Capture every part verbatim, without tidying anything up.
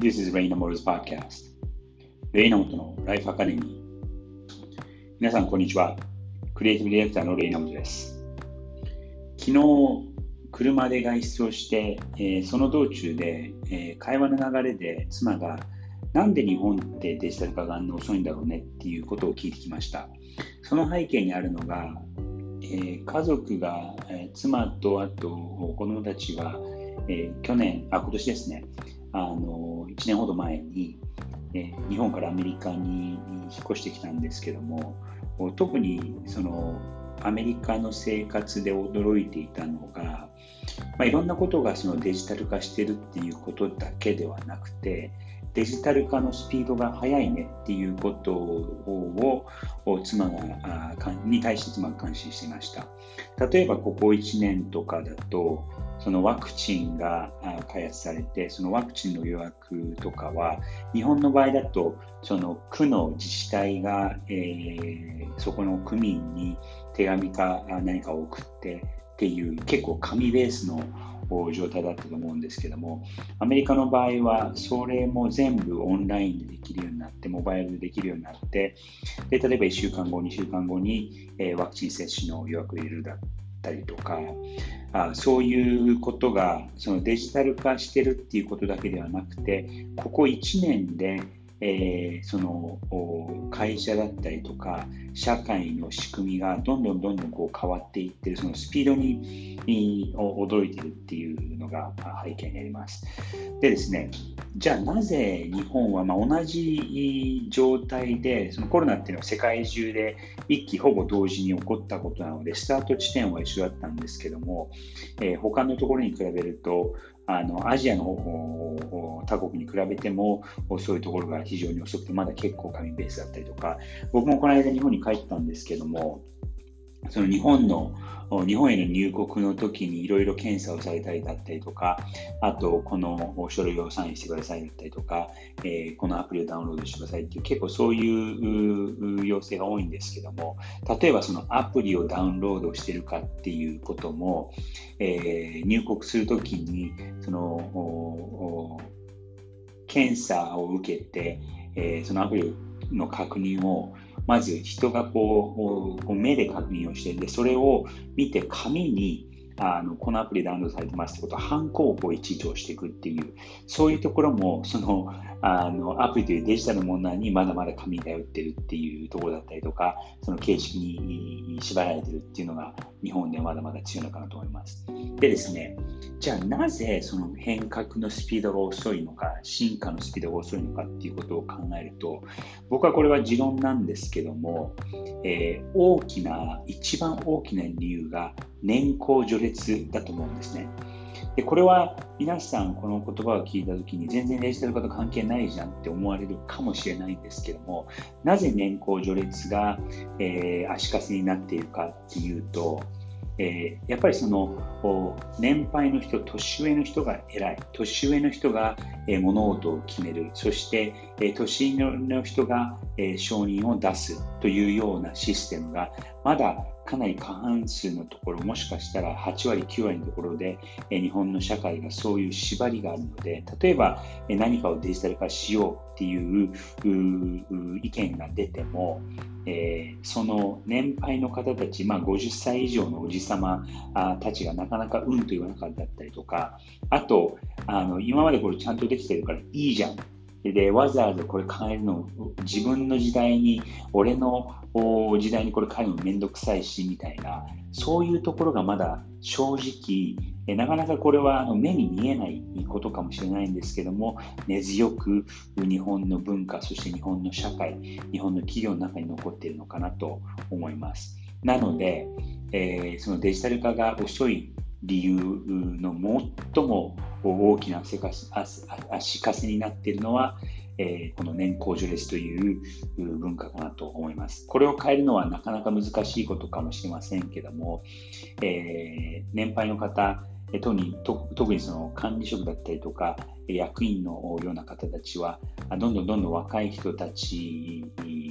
This is Ray Namoto's podcast. レイナモトのライフアカデミー。皆さん、こんにちは。クリエイティブディレクターのレイナモトです。昨日、車で外出をして、えー、その道中で、えー、会話の流れで妻がなんで日本ってデジタル化があんな遅いんだろうねっていうことを聞いてきました。その背景にあるのが、えー、家族が、えー、妻とあと子供たちが、えー、去年、あ、今年ですね、あのいちねんほど前に、えー、日本からアメリカに引っ越してきたんですけども、特にそのアメリカの生活で驚いていたのが、まあ、いろんなことがそのデジタル化してるっていうことだけではなくて、デジタル化のスピードが速いねっていうことを妻がに対して妻が関心していました。例えばここいちねんとかだと、そのワクチンが開発されて、そのワクチンの予約とかは日本の場合だとその区の自治体が、えー、そこの区民に手紙か何かを送ってっていう結構紙ベースの状態だったと思うんですけども、アメリカの場合はそれも全部オンラインでできるようになって、モバイルでできるようになって、で例えばいっしゅうかんご、にしゅうかんごに、えー、ワクチン接種の予約を入れるだったりとか、あそういうことがそのデジタル化してるっていうことだけではなくて、ここいちねんでえー、その会社だったりとか社会の仕組みがどんどんどんどんこう変わっていってる、そのスピードに驚いているっていうのが背景にあります。でですね、じゃあなぜ日本はまあ同じ状態で、そのコロナっていうのは世界中で一気ほぼ同時に起こったことなので、スタート地点は一緒だったんですけども、えー、他のところに比べるとあのアジアの他国に比べてもそういうところが非常に遅くて、まだ結構紙ベースだったりとか、僕もこの間日本に帰ったんですけども、その日本の日本への入国の時にいろいろ検査をされたりだったりとか、あとこの書類をサインしてくださいだったりとか、えー、このアプリをダウンロードしてくださいっていう結構そういう要請が多いんですけども、例えばそのアプリをダウンロードしてるかっていうことも、えー、入国するときにその検査を受けて、えー、そのアプリの確認をまず人がこう、こう目で確認をして、でそれを見て紙にあのこのアプリダウンロードされてますってことをハンコをこういちいち押していくっていう、そういうところもそのあのアプリというデジタルのものにまだまだ紙に頼ってるっていうところだったりとか、その形式に縛られてるっていうのが日本ではまだまだ強いのかなと思います。でですね、じゃあなぜその変革のスピードが遅いのか、進化のスピードが遅いのかっていうことを考えると、僕はこれは持論なんですけども、えー、大きな一番大きな理由が年功序列だと思うんですね。でこれは皆さんこの言葉を聞いたときに全然デジタル化と関係ないじゃんって思われるかもしれないんですけども、なぜ年功序列が、えー、足かせになっているかっていうと、えー、やっぱりその年配の人、年上の人が偉い、年上の人が、えー、物事を決める、そして、えー、年上の人が、えー、承認を出すというようなシステムがまだかなり過半数のところ、もしかしたらはちわりきゅうわりのところで、えー、日本の社会がそういう縛りがあるので、例えば、えー、何かをデジタル化しようっていう意見が出ても、えー、その年配の方たち、まあ、ごじゅっさい以上のおじさまたちがなかなかうんと言わなかったりとか、あとあの今までこれちゃんとできてるからいいじゃん、でわざわざこれ変えるの自分の時代に、俺の時代にこれ変えるのめんどくさいしみたいな、そういうところがまだ正直えなかなかこれはあの目に見えないことかもしれないんですけども、根強く日本の文化、そして日本の社会、日本の企業の中に残っているのかなと思います。なので、えー、そのデジタル化が遅い理由の最も大きな足かせになっているのは、えー、この年功序列という文化かなと思います。これを変えるのはなかなか難しいことかもしれませんけども、えー、年配の方、特に、特にその管理職だったりとか役員のような方たちはどんどんどんどん若い人たち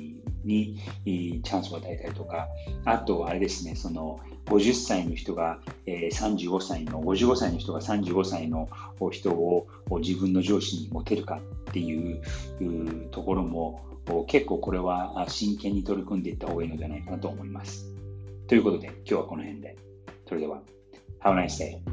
にチャンスを与えたりとか、あとあれですね、そのごじゅっさいの人がさんじゅうごさいの、ごじゅうごさいの人がさんじゅうごさいの人を自分の上司に持てるかっていうところも、結構これは真剣に取り組んでいった方がいいのではないかなと思います。ということで、今日はこの辺で。それでは、Have a nice day.